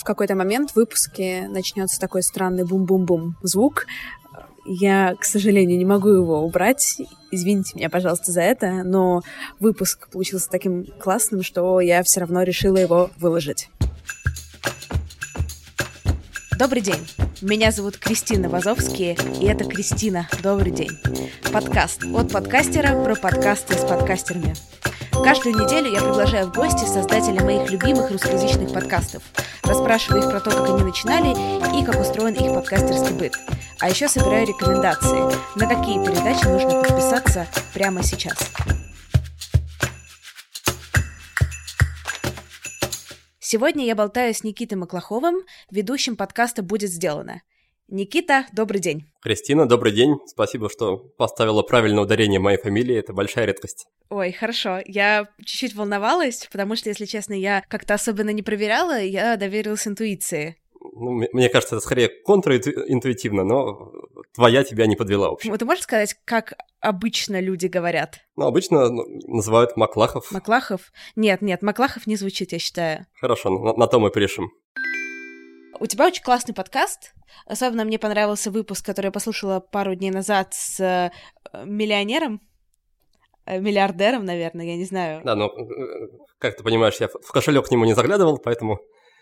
в какой-то момент в выпуске начнется такой странный бум-бум-бум звук. Я, к сожалению, не могу его убрать. Извините меня, пожалуйста, за это, но выпуск получился таким классным, что я все равно решила его выложить. Добрый день. Меня зовут Кристина Вазовский, и это Кристина. Добрый день. Подкаст от подкастера про подкасты с подкастерами. Каждую неделю я приглашаю в гости создателей моих любимых русскоязычных подкастов, расспрашиваю их про то, как они начинали и как устроен их подкастерский быт. А еще собираю рекомендации, на какие передачи нужно подписаться прямо сейчас. Сегодня я болтаю с Никитой Маклаховым, ведущим подкаста «Будет сделано». Никита, добрый день. Кристина, добрый день. Спасибо, что поставила правильное ударение моей фамилии. Это большая редкость. Ой, хорошо. Я чуть-чуть волновалась, потому что, если честно, я как-то особенно не проверяла, я доверилась интуиции. Ну, мне кажется, это скорее контринтуитивно, но твоя тебя не подвела, в общем. Ты можешь сказать, как обычно люди говорят? Ну, обычно называют Маклахов. Маклахов? Нет, Маклахов не звучит, я считаю. Хорошо, на то мы порешим. У тебя очень классный подкаст. Особенно мне понравился выпуск, который я послушала пару дней назад с миллионером. Миллиардером, наверное, я не знаю. Да, но, как ты понимаешь, я в кошелек к нему не заглядывал, поэтому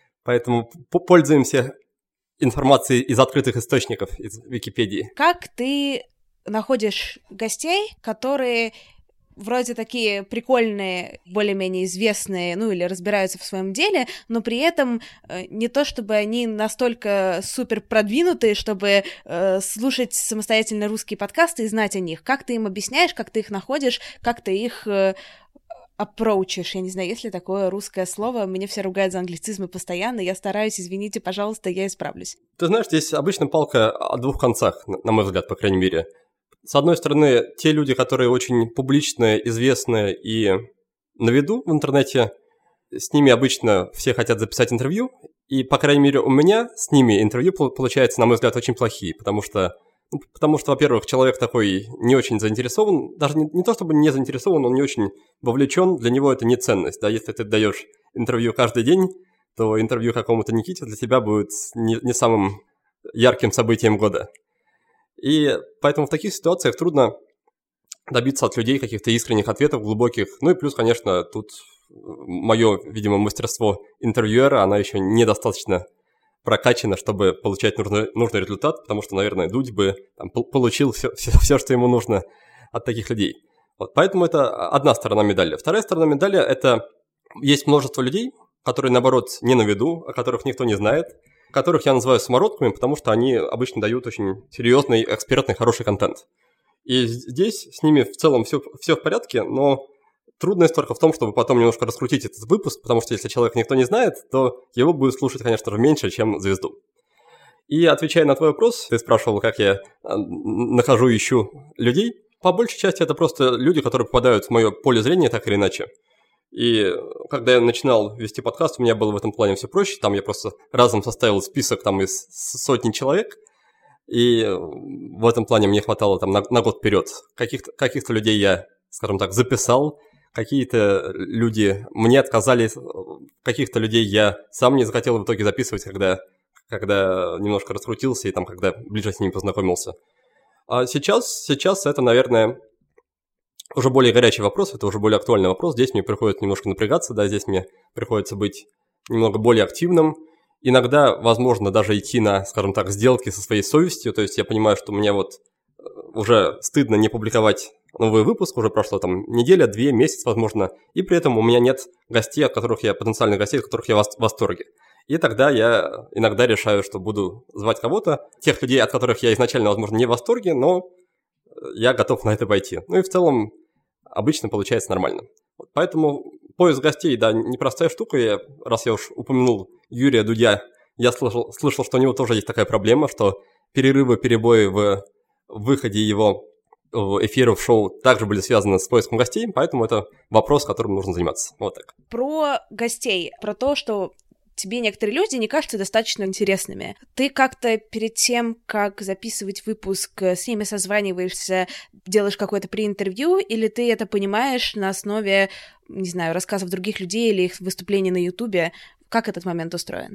пользуемся информацией из открытых источников, из Википедии. Как ты находишь гостей, которые вроде такие прикольные, более-менее известные, ну или разбираются в своем деле, но при этом не то чтобы они настолько супер продвинутые, чтобы слушать самостоятельно русские подкасты и знать о них. Как ты им объясняешь, как ты их находишь, как ты их approachишь? Я не знаю, есть ли такое русское слово. Меня все ругают за англицизмы постоянно. Я стараюсь, извините, пожалуйста, я исправлюсь. Ты знаешь, здесь обычно палка о двух концах, на мой взгляд, по крайней мере. С одной стороны, те люди, которые очень публичные, известные и на виду в интернете, с ними обычно все хотят записать интервью, и, по крайней мере, у меня с ними интервью получается, на мой взгляд, очень плохие, потому что, во-первых, человек такой не очень заинтересован, даже не то чтобы не заинтересован, он не очень вовлечен, для него это не ценность, да, если ты даешь интервью каждый день, то интервью какому-то Никите для тебя будет не самым ярким событием года. И поэтому в таких ситуациях трудно добиться от людей каких-то искренних ответов, глубоких. Ну и плюс, конечно, тут мое, видимо, мастерство интервьюера, она еще недостаточно прокачана, чтобы получать нужный результат, потому что, наверное, Дудь бы получил все, что ему нужно от таких людей. Вот, поэтому это одна сторона медали. Вторая сторона медали – это есть множество людей, которые, наоборот, не на виду, о которых никто не знает, которых я называю самородками, потому что они обычно дают очень серьезный, экспертный, хороший контент. И здесь с ними в целом все в порядке, но трудность только в том, чтобы потом немножко раскрутить этот выпуск, потому что если человек никто не знает, то его будет слушать, конечно же, меньше, чем звезду. И отвечая на твой вопрос, ты спрашивал, как я нахожу и ищу людей. По большей части это просто люди, которые попадают в мое поле зрения так или иначе. И когда я начинал вести подкаст, у меня было в этом плане все проще. Там я просто разом составил список там из сотни человек, и в этом плане мне хватало там на год вперед. Каких-то людей я, скажем так, записал, какие-то люди мне отказали, каких-то людей я сам не захотел в итоге записывать, когда немножко раскрутился и там, когда ближе с ними познакомился. А сейчас это, наверное, уже более горячий вопрос, это уже более актуальный вопрос. Здесь мне приходится немножко напрягаться, да, здесь мне приходится быть немного более активным. Иногда, возможно, даже идти на, скажем так, сделки со своей совестью. То есть я понимаю, что мне вот уже стыдно не публиковать новый выпуск, уже прошло там неделя, 2, месяц, возможно, и при этом у меня нет потенциальных гостей, от которых я в восторге. И тогда я иногда решаю, что буду звать кого-то, тех людей, от которых я изначально, возможно, не в восторге, но я готов на это пойти. Ну и в целом обычно получается нормально. Вот, поэтому поиск гостей, да, непростая штука. Раз я уж упомянул Юрия Дудя, я слышал, что у него тоже есть такая проблема, что перебои в выходе его эфиров, шоу также были связаны с поиском гостей, поэтому это вопрос, которым нужно заниматься. Вот так. Про гостей, про то, что тебе некоторые люди не кажутся достаточно интересными. Ты как-то перед тем, как записывать выпуск, с ними созваниваешься, делаешь какое-то преинтервью, или ты это понимаешь на основе, не знаю, рассказов других людей или их выступлений на Ютубе? Как этот момент устроен?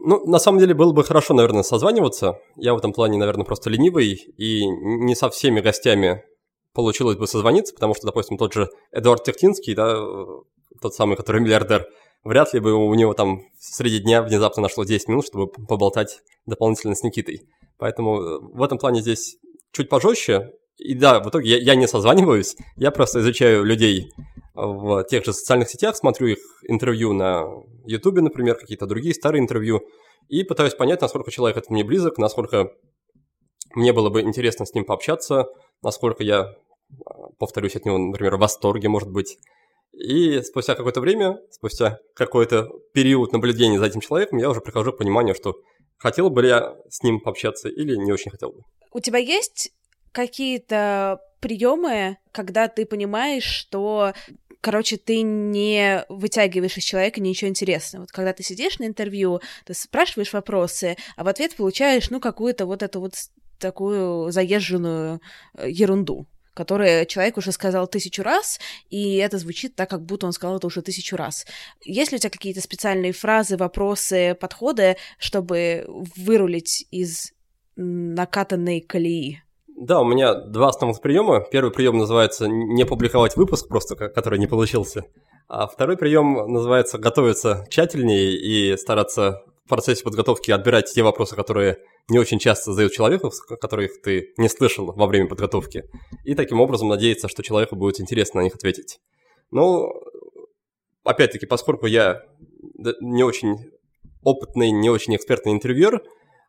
Ну, на самом деле, было бы хорошо, наверное, созваниваться. Я в этом плане, наверное, просто ленивый, и не со всеми гостями получилось бы созвониться, потому что, допустим, тот же Эдуард Техтинский, да, тот самый, который миллиардер, вряд ли бы у него там среди дня внезапно нашло 10 минут, чтобы поболтать дополнительно с Никитой. Поэтому в этом плане здесь чуть пожестче. И да, в итоге я не созваниваюсь, я просто изучаю людей в тех же социальных сетях, смотрю их интервью на Ютубе, например, какие-то другие старые интервью, и пытаюсь понять, насколько человек это мне близок, насколько мне было бы интересно с ним пообщаться, насколько я, повторюсь, от него, например, в восторге, может быть. И спустя какое-то время, спустя какой-то период наблюдения за этим человеком, я уже прихожу к пониманию, что хотел бы ли я с ним пообщаться или не очень хотел бы. У тебя есть какие-то приемы, когда ты понимаешь, что, короче, ты не вытягиваешь из человека ничего интересного? Вот когда ты сидишь на интервью, ты спрашиваешь вопросы, а в ответ получаешь, ну, какую-то вот эту вот такую заезженную ерунду, которую человек уже сказал 1000 раз, и это звучит так, как будто он сказал это уже 1000 раз. Есть ли у тебя какие-то специальные фразы, вопросы, подходы, чтобы вырулить из накатанной колеи? Да, у меня 2 основных приема. Первый прием называется не публиковать выпуск, просто который не получился. А второй прием называется готовиться тщательнее и стараться в процессе подготовки отбирать те вопросы, которые не очень часто задают человеку, которых ты не слышал во время подготовки. И таким образом надеяться, что человеку будет интересно на них ответить. Но, опять-таки, поскольку я не очень опытный, не очень экспертный интервьюер,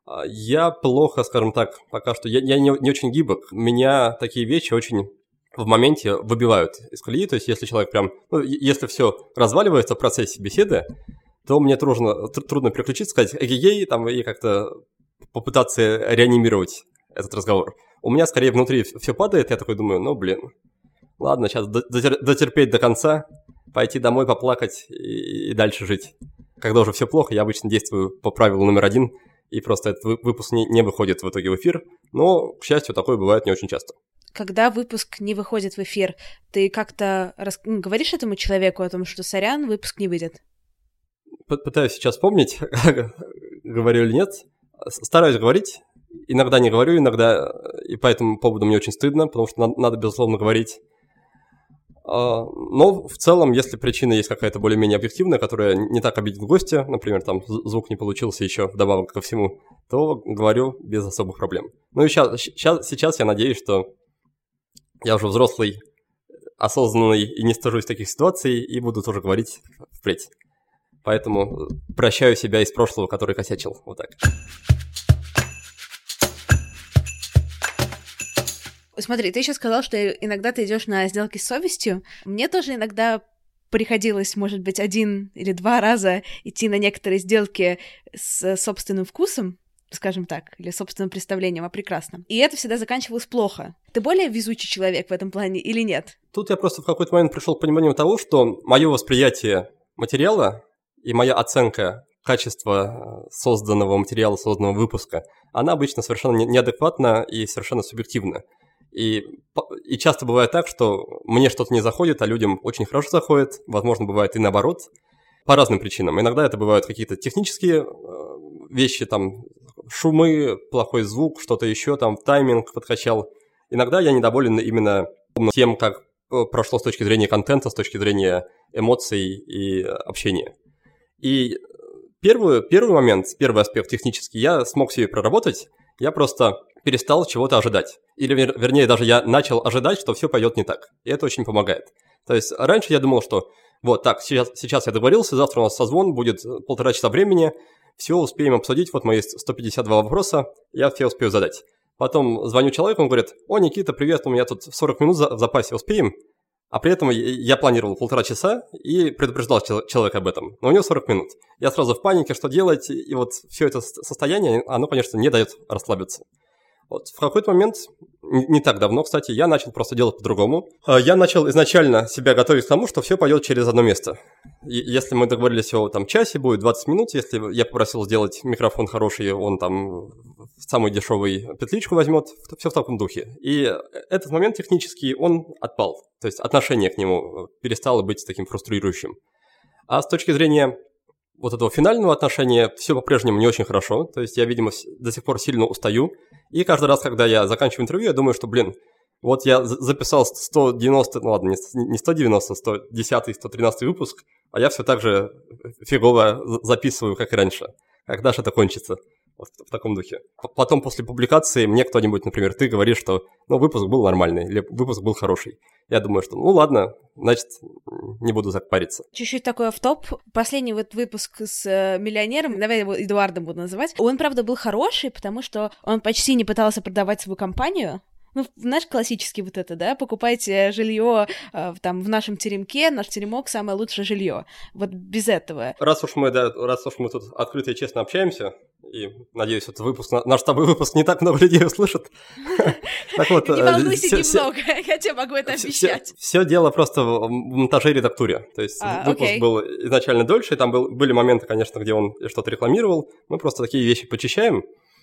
я плохо, скажем так, пока что, я не очень гибок. Меня такие вещи очень в моменте выбивают из колеи. То есть если человек прям, ну, если все разваливается в процессе беседы, то мне трудно переключиться, сказать эгегей там, и как-то попытаться реанимировать этот разговор. У меня скорее внутри все падает, я такой думаю, ну, блин, ладно, сейчас дотерпеть до конца, пойти домой, поплакать и дальше жить. Когда уже все плохо, я обычно действую по правилу номер 1, и просто этот выпуск не выходит в итоге в эфир, но, к счастью, такое бывает не очень часто. Когда выпуск не выходит в эфир, ты как-то говоришь этому человеку о том, что сорян, выпуск не выйдет? Пытаюсь сейчас вспомнить, говорю или нет. Стараюсь говорить, иногда не говорю, иногда, и по этому поводу мне очень стыдно, потому что надо безусловно, говорить. Но в целом, если причина есть какая-то более-менее объективная, которая не так обидит гостя, например, там звук не получился еще вдобавок ко всему, то говорю без особых проблем. Ну и сейчас я надеюсь, что я уже взрослый, осознанный и не стыжусь таких ситуаций, и буду тоже говорить впредь. Поэтому прощаю себя из прошлого, который косячил. Вот так. Смотри, ты еще сказал, что иногда ты идешь на сделки с совестью. Мне тоже иногда приходилось, может быть, 1 или 2 раза идти на некоторые сделки с собственным вкусом, скажем так, или собственным представлением о прекрасном. И это всегда заканчивалось плохо. Ты более везучий человек в этом плане или нет? Тут я просто в какой-то момент пришел к пониманию того, что мое восприятие материала и моя оценка качества созданного материала, созданного выпуска, она обычно совершенно неадекватна и совершенно субъективна. И часто бывает так, что мне что-то не заходит, а людям очень хорошо заходит. Возможно, бывает и наоборот, по разным причинам. Иногда это бывают какие-то технические вещи, там, шумы, плохой звук, что-то еще, там, тайминг подкачал. Иногда я недоволен именно тем, как прошло с точки зрения контента, с точки зрения эмоций и общения. И первый момент, первый аспект технический, я смог себе проработать, я просто перестал чего-то ожидать. Или, вернее, даже я начал ожидать, что все пойдет не так. И это очень помогает. То есть раньше я думал, что вот так, сейчас я договорился, завтра у нас созвон, будет 1,5 часа времени, все успеем обсудить, вот мои 152 вопроса, я все успею задать. Потом звоню человеку, он говорит, о, Никита, привет, у меня тут 40 минут в запасе, успеем? А при этом я планировал 1,5 часа и предупреждал человека об этом. Но у него 40 минут. Я сразу в панике, что делать, и вот все это состояние, оно, конечно, не дает расслабиться. Вот в какой-то момент, не так давно, кстати, я начал просто делать по-другому. Я начал изначально себя готовить к тому, что все пойдет через одно место. Если мы договорились о часе, будет 20 минут. Если я попросил сделать микрофон хороший, он там самую дешевую петличку возьмет. Все в таком духе. И этот момент технический, он отпал. То есть отношение к нему перестало быть таким фрустрирующим. А с точки зрения вот этого финального отношения все по-прежнему не очень хорошо. То есть я, видимо, до сих пор сильно устаю. И каждый раз, когда я заканчиваю интервью, я думаю, что, вот я записал 190, ну ладно, не 190, 110, 113 выпуск, а я все так же фигово записываю, как и раньше. Когда же это кончится? Вот в таком духе. Потом, после публикации, мне кто-нибудь, например, ты говоришь, что выпуск был нормальный, или выпуск был хороший. Я думаю, что ладно, значит, не буду так париться. Чуть-чуть такой автоп. Последний вот выпуск с миллионером, давай его Эдуардом буду называть, он, правда, был хороший, потому что он почти не пытался продавать свою компанию. Знаешь, классический вот это, да, покупайте жилье там в нашем теремке, наш теремок самое лучшее жилье. Вот без этого. Раз уж мы тут открыто и честно общаемся, и, надеюсь, этот выпуск, наш с тобой выпуск не так много людей услышит. Не волнуйся немного, я тебе могу это обещать. Все дело просто в монтаже и редактуре. То есть выпуск был изначально дольше, там были моменты, конечно, где он что-то рекламировал. Мы просто такие вещи почищаем.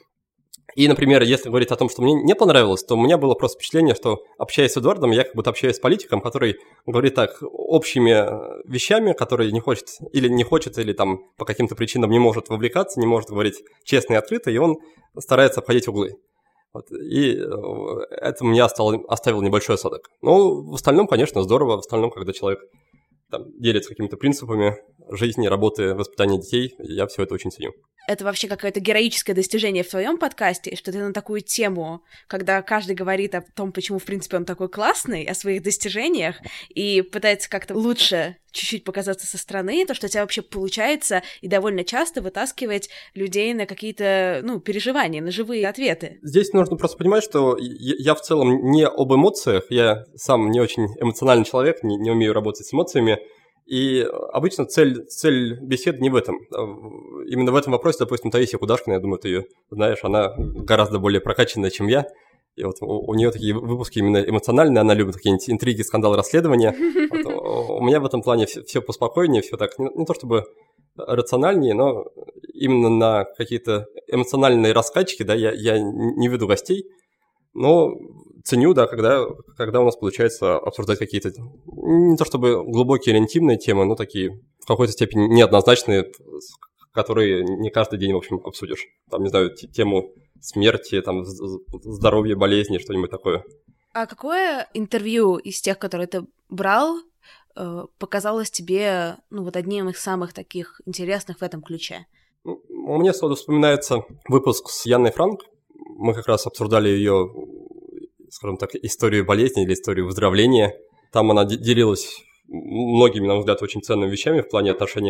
И, например, если говорить о том, что мне не понравилось, то у меня было просто впечатление, что, общаясь с Эдуардом, я как будто общаюсь с политиком, который говорит так общими вещами, которые не хочет, или там по каким-то причинам не может вовлекаться, не может говорить честно и открыто, и он старается обходить углы. Вот. И это мне оставило небольшой осадок. Но в остальном, конечно, здорово. В остальном, когда человек делится какими-то принципами жизни, работы, воспитания детей, я все это очень ценю. Это вообще какое-то героическое достижение в твоем подкасте, что ты на такую тему, когда каждый говорит о том, почему, в принципе, он такой классный, о своих достижениях, и пытается как-то лучше чуть-чуть показаться со стороны, то, что у тебя вообще получается и довольно часто вытаскивать людей на какие-то, переживания, на живые ответы. Здесь нужно просто понимать, что я в целом не об эмоциях, я сам не очень эмоциональный человек, не умею работать с эмоциями, и обычно цель беседы не в этом. Именно в этом вопросе, допустим, Таисия Кудашкина, я думаю, ты ее знаешь, она гораздо более прокачанная, чем я. И вот у нее такие выпуски именно эмоциональные, она любит какие-нибудь интриги, скандалы, расследования. Вот, у меня в этом плане все поспокойнее, все так, не то чтобы рациональнее, но именно на какие-то эмоциональные раскачки, да, я не веду гостей, но ценю, да, когда у нас получается обсуждать какие-то, не то чтобы глубокие или интимные темы, но такие в какой-то степени неоднозначные, которые не каждый день, в общем, обсудишь. Там, не знаю, тему смерти, там, здоровья, болезни, что-нибудь такое. А какое интервью из тех, которые ты брал, показалось тебе, одним из самых таких интересных в этом ключе? У меня сразу вспоминается выпуск с Янной Франк. Мы как раз обсуждали ее, скажем так, историю болезни или историю выздоровления. Там она делилась многими, на мой взгляд, очень ценными вещами в плане отношения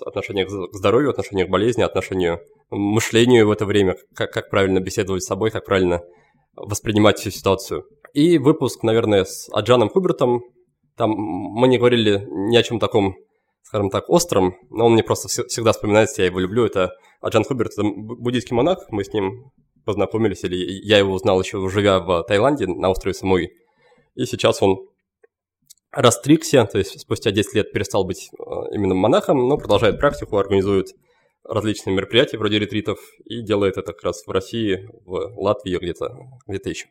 к здоровью, отношения к болезни, отношению к мышлению в это время, как правильно беседовать с собой, как правильно воспринимать всю ситуацию. И выпуск, наверное, с Аджаном Хубертом. Там мы не говорили ни о чем таком, скажем так, остром, но он мне просто всегда вспоминается, я его люблю. Это Аджан Хуберт, это буддийский монах, мы с ним познакомились, или я его узнал еще живя в Таиланде, на острове Самуи. И сейчас он растригся, то есть спустя 10 лет перестал быть именно монахом, но продолжает практику, организует различные мероприятия вроде ретритов и делает это как раз в России, в Латвии, где-то еще.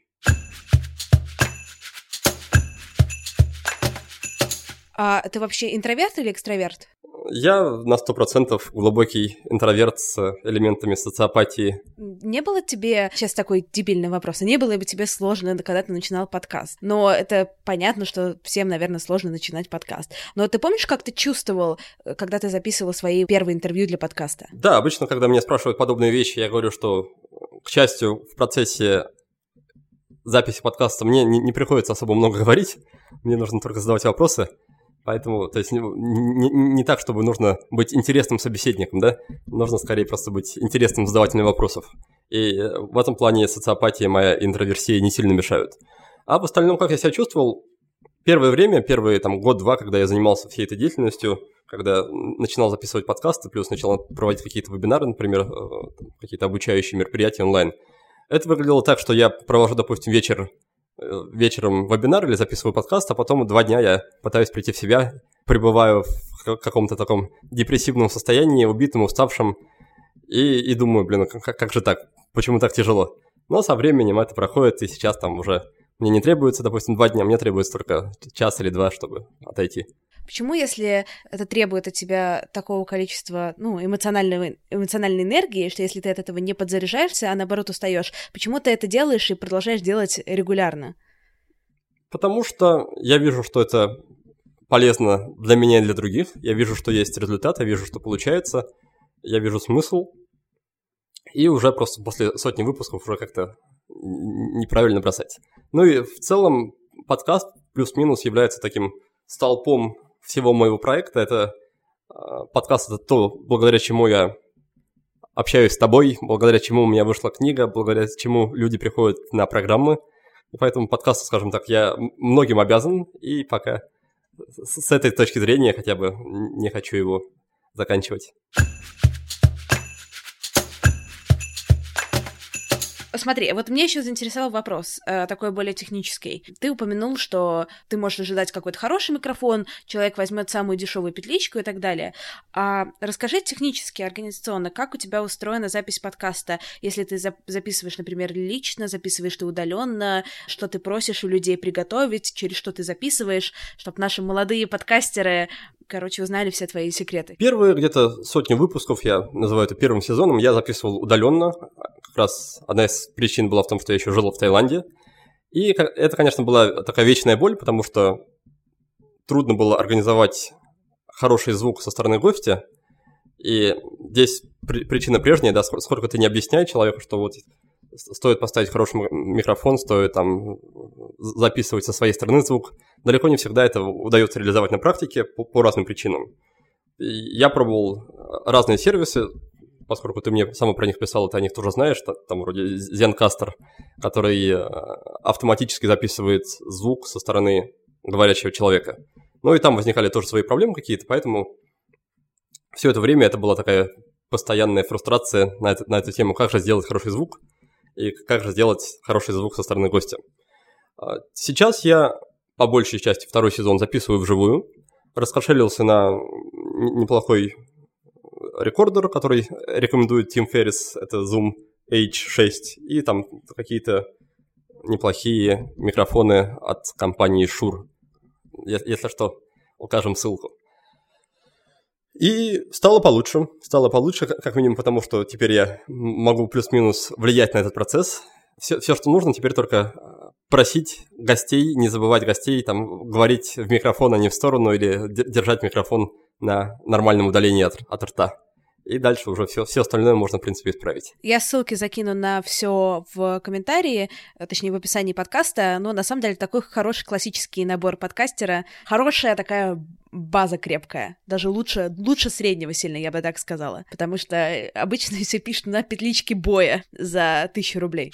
А ты вообще интроверт или экстраверт? Я на 100% глубокий интроверт с элементами социопатии. Не было тебе, сейчас такой дебильный вопрос, не было бы тебе сложно, когда ты начинал подкаст? Но это понятно, что всем, наверное, сложно начинать подкаст. Но ты помнишь, как ты чувствовал, когда ты записывал свои первые интервью для подкаста? Да, обычно, когда меня спрашивают подобные вещи, я говорю, что, к счастью, в процессе записи подкаста мне не приходится особо много говорить, мне нужно только задавать вопросы. Поэтому, то есть, не так, чтобы нужно быть интересным собеседником, да? Нужно скорее просто быть интересным задавателем вопросов. И в этом плане социопатия моя и интроверсия не сильно мешают. А в остальном, как я себя чувствовал, первые год-два, когда я занимался всей этой деятельностью, когда начинал записывать подкасты, плюс начал проводить какие-то вебинары, например, какие-то обучающие мероприятия онлайн, это выглядело так, что я провожу, допустим, вечером вебинар или записываю подкаст, а потом 2 дня я пытаюсь прийти в себя, пребываю в каком-то таком депрессивном состоянии, убитым, уставшим, и думаю, как же так? Почему так тяжело? Но со временем это проходит, и сейчас там уже мне не требуется, допустим, 2 дня, мне требуется только час или 2, чтобы отойти. Почему, если это требует от тебя такого количества, эмоциональной энергии, что если ты от этого не подзаряжаешься, а наоборот устаешь, почему ты это делаешь и продолжаешь делать регулярно? Потому что я вижу, что это полезно для меня и для других. Я вижу, что есть результат, я вижу, что получается, я вижу смысл. И уже просто после сотни выпусков уже как-то неправильно бросать. Ну и в целом подкаст плюс-минус является таким столпом всего моего проекта. Это подкаст — это то, благодаря чему я общаюсь с тобой, благодаря чему у меня вышла книга, благодаря чему люди приходят на программы. И поэтому подкасту, скажем так, я многим обязан, и пока с этой точки зрения хотя бы не хочу его заканчивать. Смотри, вот меня еще заинтересовал вопрос, такой более технический. Ты упомянул, что ты можешь ожидать какой-то хороший микрофон, человек возьмет самую дешевую петличку и так далее. А расскажи технически, организационно, как у тебя устроена запись подкаста, если ты записываешь, например, лично, записываешь ты удаленно, что ты просишь у людей приготовить, через что ты записываешь, чтобы наши молодые подкастеры, узнали все твои секреты. Первые где-то сотни выпусков, я называю это первым сезоном, я записывал удаленно. Как раз одна из причин была в том, что я еще жил в Таиланде. И это, конечно, была такая вечная боль, потому что трудно было организовать хороший звук со стороны гостя. И здесь причина прежняя, да, сколько ты не объясняй человеку, что вот стоит поставить хороший микрофон, стоит там записывать со своей стороны звук. Далеко не всегда это удается реализовать на практике по разным причинам. Я пробовал разные сервисы, поскольку ты мне сам про них писал, ты о них тоже знаешь, там вроде Zencastr, который автоматически записывает звук со стороны говорящего человека. Ну и там возникали тоже свои проблемы какие-то, поэтому все это время это была такая постоянная фрустрация на эту тему, как же сделать хороший звук и как же сделать хороший звук со стороны гостя. Сейчас я по большей части второй сезон записываю вживую, раскошелился на неплохой рекордер, который рекомендует Тим Феррис, это Zoom H6, и там какие-то неплохие микрофоны от компании Shure. Если что, укажем ссылку. И стало получше, как минимум потому, что теперь я могу плюс-минус влиять на этот процесс. Все, что нужно, теперь только просить гостей, не забывать гостей, там, говорить в микрофон, а не в сторону, или держать микрофон на нормальном удалении от рта. И дальше уже все остальное можно, в принципе, исправить. Я ссылки закину на все в комментарии, точнее, в описании подкаста, но на самом деле такой хороший классический набор подкастера, хорошая такая база крепкая, даже лучше среднего сильно, я бы так сказала, потому что обычно все пишут на петличке боя за 1000 рублей.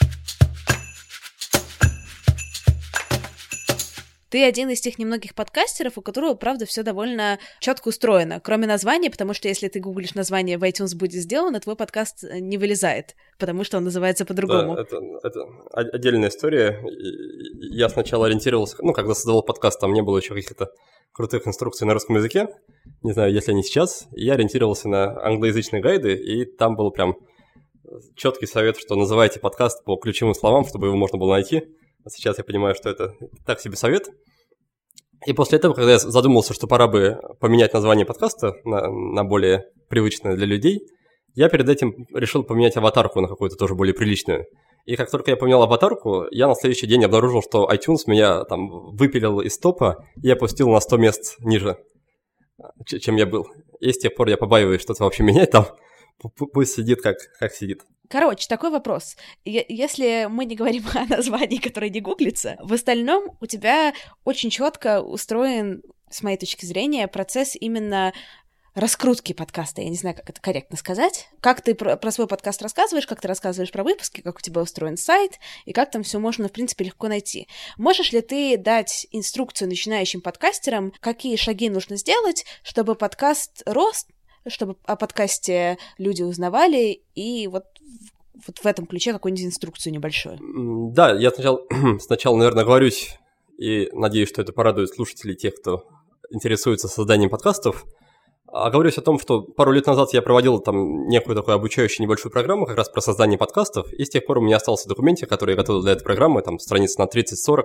Ты один из тех немногих подкастеров, у которого, правда, все довольно четко устроено, кроме названия, потому что если ты гуглишь название в iTunes будет сделано, твой подкаст не вылезает, потому что он называется по-другому. Да, это отдельная история. Я сначала ориентировался, когда создавал подкаст, там не было еще каких-то крутых инструкций на русском языке, не знаю, если они сейчас, я ориентировался на англоязычные гайды, и там был прям четкий совет, что называйте подкаст по ключевым словам, чтобы его можно было найти. А сейчас я понимаю, что это так себе совет. И после этого, когда я задумался, что пора бы поменять название подкаста на более привычное для людей, я перед этим решил поменять аватарку на какую-то тоже более приличную. И как только я поменял аватарку, я на следующий день обнаружил, что iTunes меня там выпилил из топа и опустил на 100 мест ниже, чем я был. И с тех пор я побаиваюсь что-то вообще менять там. Пусть сидит, как сидит. Короче, такой вопрос. Если мы не говорим о названии, которое не гуглится, в остальном у тебя очень четко устроен, с моей точки зрения, процесс именно раскрутки подкаста. Я не знаю, как это корректно сказать. Как ты про свой подкаст рассказываешь, как ты рассказываешь про выпуски, как у тебя устроен сайт, и как там все можно, в принципе, легко найти. Можешь ли ты дать инструкцию начинающим подкастерам, какие шаги нужно сделать, чтобы подкаст рос, чтобы о подкасте люди узнавали, и вот в этом ключе какую-нибудь инструкцию небольшую? Да, я сначала, наверное, оговорюсь, и надеюсь, что это порадует слушателей, тех, кто интересуется созданием подкастов. Оговорюсь о том, что пару лет назад я проводил там некую такую обучающую небольшую программу как раз про создание подкастов, и с тех пор у меня остался документик, который я готовил для этой программы, там страниц на 30-40,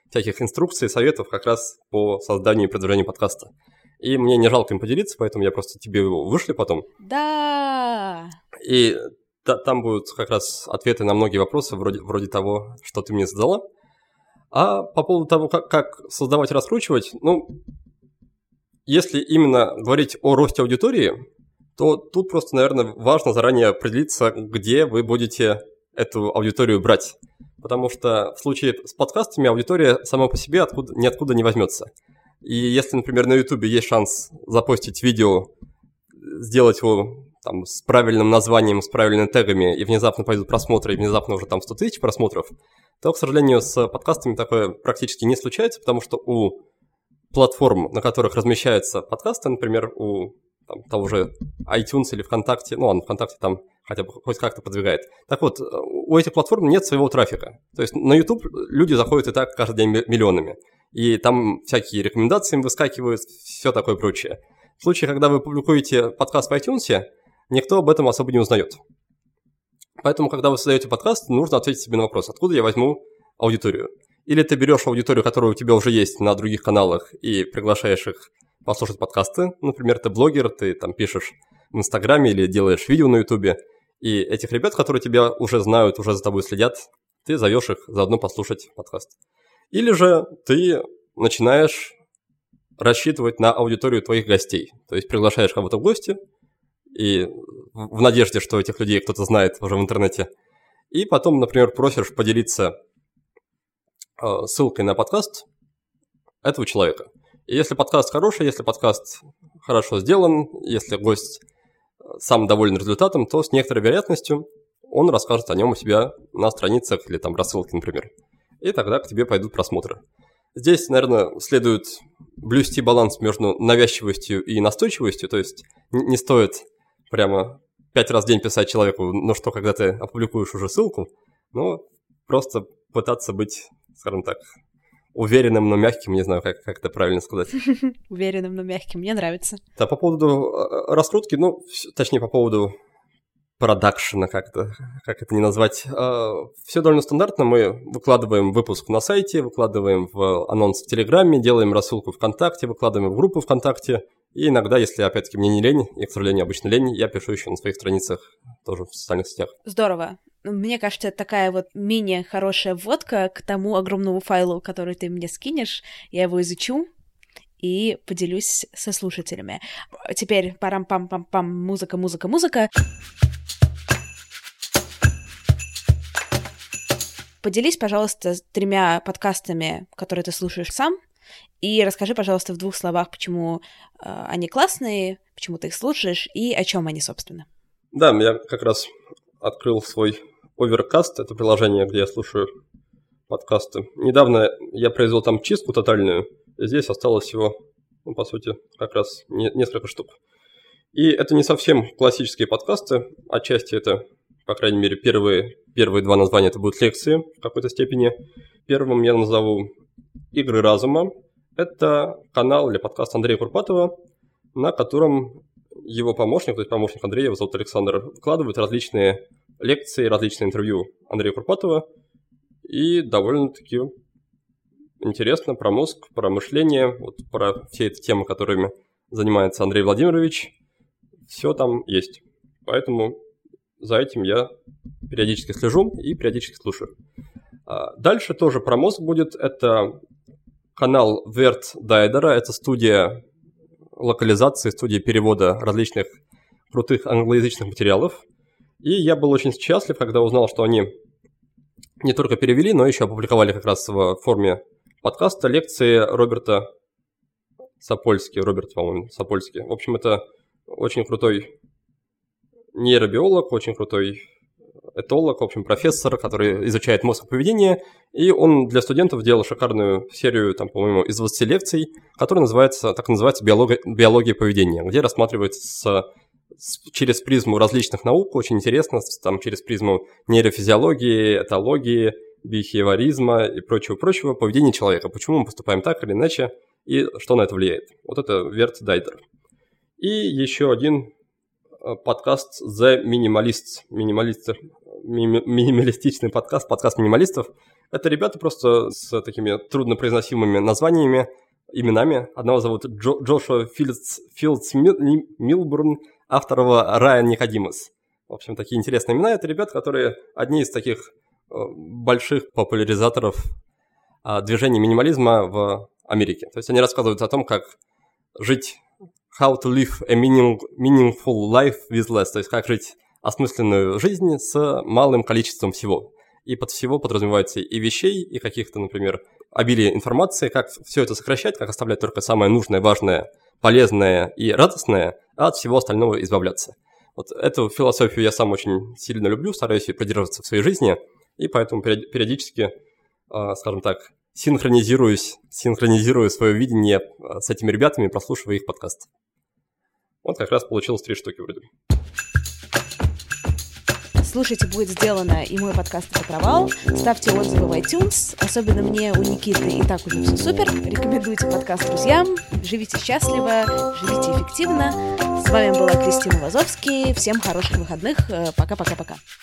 всяких инструкций, советов как раз по созданию и продвижению подкаста. И мне не жалко им поделиться, поэтому я просто тебе его вышлю потом. Да! И там будут как раз ответы на многие вопросы, вроде того, что ты мне задала. А по поводу того, как создавать и раскручивать, если именно говорить о росте аудитории, то тут просто, наверное, важно заранее определиться, где вы будете эту аудиторию брать. Потому что в случае с подкастами аудитория сама по себе ниоткуда не возьмется. И если, например, на YouTube есть шанс запостить видео, сделать его там с правильным названием, с правильными тегами, и внезапно пойдут просмотры, и внезапно уже там 100 тысяч просмотров, то, к сожалению, с подкастами такое практически не случается, потому что у платформ, на которых размещаются подкасты, например, у того же iTunes или ВКонтакте, ВКонтакте там хотя бы хоть как-то продвигает. Так вот, у этих платформ нет своего трафика. То есть на YouTube люди заходят и так каждый день миллионами. И там всякие рекомендации им выскакивают, все такое прочее. В случае, когда вы публикуете подкаст в iTunes, никто об этом особо не узнает. Поэтому, когда вы создаете подкаст, нужно ответить себе на вопрос, откуда я возьму аудиторию. Или ты берешь аудиторию, которая у тебя уже есть на других каналах, и приглашаешь их послушать подкасты. Например, ты блогер, ты там пишешь в Инстаграме или делаешь видео на Ютубе, и этих ребят, которые тебя уже знают, уже за тобой следят, ты зовешь их заодно послушать подкаст. Или же ты начинаешь рассчитывать на аудиторию твоих гостей. То есть приглашаешь кого-то в гости, и в надежде, что этих людей кто-то знает уже в интернете, и потом, например, просишь поделиться ссылкой на подкаст этого человека. И если подкаст хороший, если подкаст хорошо сделан, если гость сам доволен результатом, то с некоторой вероятностью он расскажет о нем у себя на страницах или там рассылке, например. И тогда к тебе пойдут просмотры. Здесь, наверное, следует блюсти баланс между навязчивостью и настойчивостью, то есть не стоит прямо 5 раз в день писать человеку, что когда ты опубликуешь уже ссылку, но просто пытаться быть, скажем так, уверенным, но мягким, не знаю, как это правильно сказать. Уверенным, но мягким, мне нравится. Да, по поводу раскрутки, точнее, по поводу продакшена, как это не назвать. Все довольно стандартно. Мы выкладываем выпуск на сайте, выкладываем в анонс в Телеграме, делаем рассылку ВКонтакте, выкладываем в группу ВКонтакте. И иногда, если, опять-таки, мне не лень, и, к сожалению, обычно лень, я пишу еще на своих страницах, тоже в социальных сетях. Здорово. Мне кажется, это такая вот мини-хорошая вводка к тому огромному файлу, который ты мне скинешь. Я его изучу и поделюсь со слушателями. Теперь парам-пам-пам-пам, музыка. Поделись, пожалуйста, 3 подкастами, которые ты слушаешь сам, и расскажи, пожалуйста, в 2 словах, почему они классные, почему ты их слушаешь и о чем они, собственно. Да, я как раз открыл свой Overcast, это приложение, где я слушаю подкасты. Недавно я произвел там чистку тотальную, и здесь осталось всего, по сути, как раз несколько штук. И это не совсем классические подкасты, отчасти это, по крайней мере, первые 2 названия это будут лекции в какой-то степени. Первым я назову «Игры разума». Это канал или подкаст Андрея Курпатова, на котором его помощник, то есть помощник Андрея, его зовут Александр, выкладывает различные лекции, различные интервью Андрея Курпатова. И довольно-таки интересно про мозг, про мышление, вот про все эти темы, которыми занимается Андрей Владимирович. Все там есть. Поэтому за этим я периодически слежу и периодически слушаю. Дальше тоже про мозг будет. Это канал Верт Дайдера. Это студия локализации, студия перевода различных крутых англоязычных материалов. И я был очень счастлив, когда узнал, что они не только перевели, но еще опубликовали как раз в форме подкаста лекции Роберта Сапольски. В общем, это очень крутой нейробиолог, очень крутой этолог, в общем, профессор, который изучает мозг и поведение, и он для студентов делал шикарную серию, там, по-моему, из 20 лекций, которая называется «Биология поведения», где рассматривается через призму различных наук, очень интересно, там, через призму нейрофизиологии, этологии, бихевиоризма и прочего поведения человека, почему мы поступаем так или иначе, и что на это влияет. Вот это Верт Дайдер. И еще один подкаст The Minimalists, минималистичный подкаст минималистов, Это ребята просто с такими труднопроизносимыми названиями, именами. Одного зовут Джошуа Филдс Милбурн, а второго Райан Никодимус. В общем, такие интересные имена. Это ребята, которые одни из таких больших популяризаторов движения минимализма в Америке. То есть они рассказывают о том, как жить, how to live a meaningful life with less, то есть как жить осмысленную жизнь с малым количеством всего. И под всего подразумевается и вещей, и каких-то, например, обилие информации, как все это сокращать, как оставлять только самое нужное, важное, полезное и радостное, а от всего остального избавляться. Вот эту философию я сам очень сильно люблю, стараюсь ее придерживаться в своей жизни, и поэтому периодически, скажем так, синхронизирую свое видение с этими ребятами, прослушивая их подкаст. Вот как раз получилось 3 штуки вроде. Слушайте, будет сделано и мой подкаст «Это провал». Ставьте отзывы в iTunes. Особенно мне, у Никиты, и так уже все супер. Рекомендуйте подкаст друзьям. Живите счастливо, живите эффективно. С вами была Кристина Вазовский. Всем хороших выходных. Пока-пока-пока.